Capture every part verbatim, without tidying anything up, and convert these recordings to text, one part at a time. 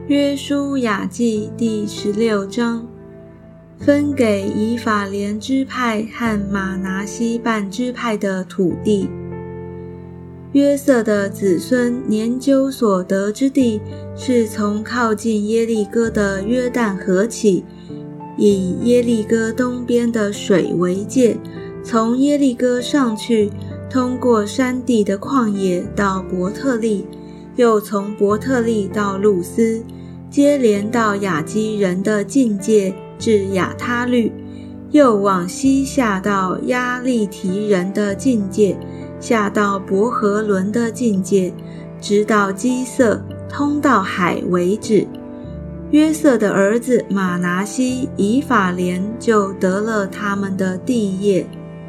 约书亚记第十六章，分给以法莲支派和玛拿西半支派的土地。约瑟的子孙年究所得之地，是从靠近耶利哥的约旦河起，以耶利哥东边的水为界，从耶利哥上去，通过山地的旷野到伯特利，又从伯特利到路斯，接连到亚基人的境界至亚他律，又往西下到亚利提人的境界，下到伯和伦的境界，直到基色，通到海为止。约瑟的儿子玛拿西、以法莲就得了他们的地业。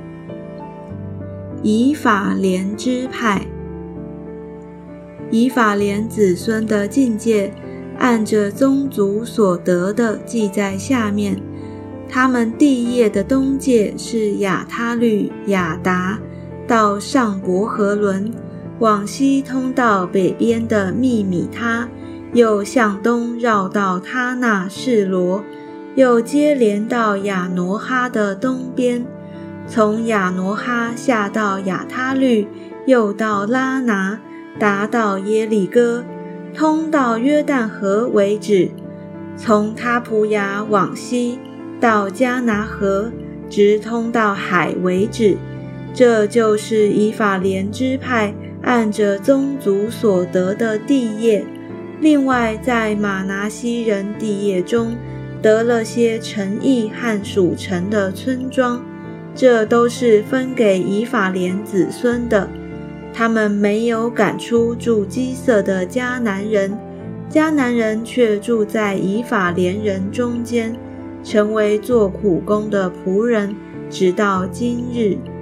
以法莲支派，以法莲子孙的境界，按着宗族所得的记在下面。他们地业的东界是亚他律、亚达，到上伯和伦，往西通到北边的密米他，又向东绕到他那示罗，又接连到亚挪哈的东边，从亚挪哈下到亚他律，又到拉拿，达到耶利哥，通到约旦河为止，从他普雅往西到迦拿河，直通到海为止。这就是以法莲支派按着宗族所得的地业。另外在玛拿西人地业中得了些城邑和属城的村庄，这都是分给以法莲子孙的。他们没有赶出住基色的迦南人，迦南人却住在以法莲人中间，成为做苦工的仆人，直到今日。